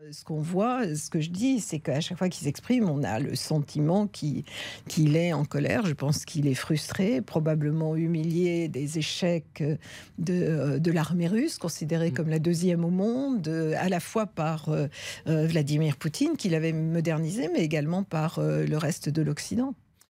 Ce qu'on voit, ce que je dis, c'est qu'à chaque fois qu'il s'exprime, on a le sentiment qu'il est en colère. Je pense qu'il est frustré, probablement humilié des échecs de l'armée russe, considérée Mmh. comme la deuxième au monde, à la fois par Vladimir Poutine, qui l'avait modernisé, mais également par le reste de l'Occident.